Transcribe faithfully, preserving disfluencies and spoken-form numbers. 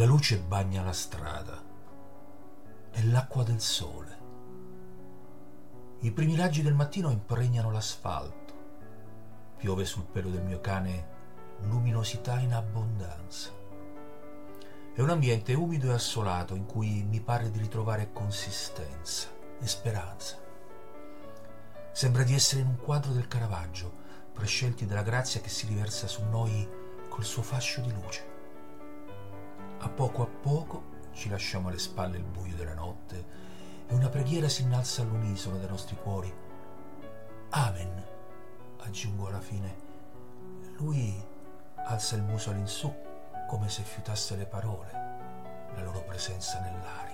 La luce bagna la strada. È l'acqua del sole. I primi raggi del mattino impregnano l'asfalto. Piove sul pelo del mio cane luminosità in abbondanza. È un ambiente umido e assolato in cui mi pare di ritrovare consistenza e speranza. Sembra di essere in un quadro del Caravaggio, prescelti della grazia che si riversa su noi col suo fascio di luce. A poco a poco ci lasciamo alle spalle il buio della notte e una preghiera si innalza all'unisono dai nostri cuori. Amen, aggiungo alla fine. Lui alza il muso all'insù come se fiutasse le parole, la loro presenza nell'aria.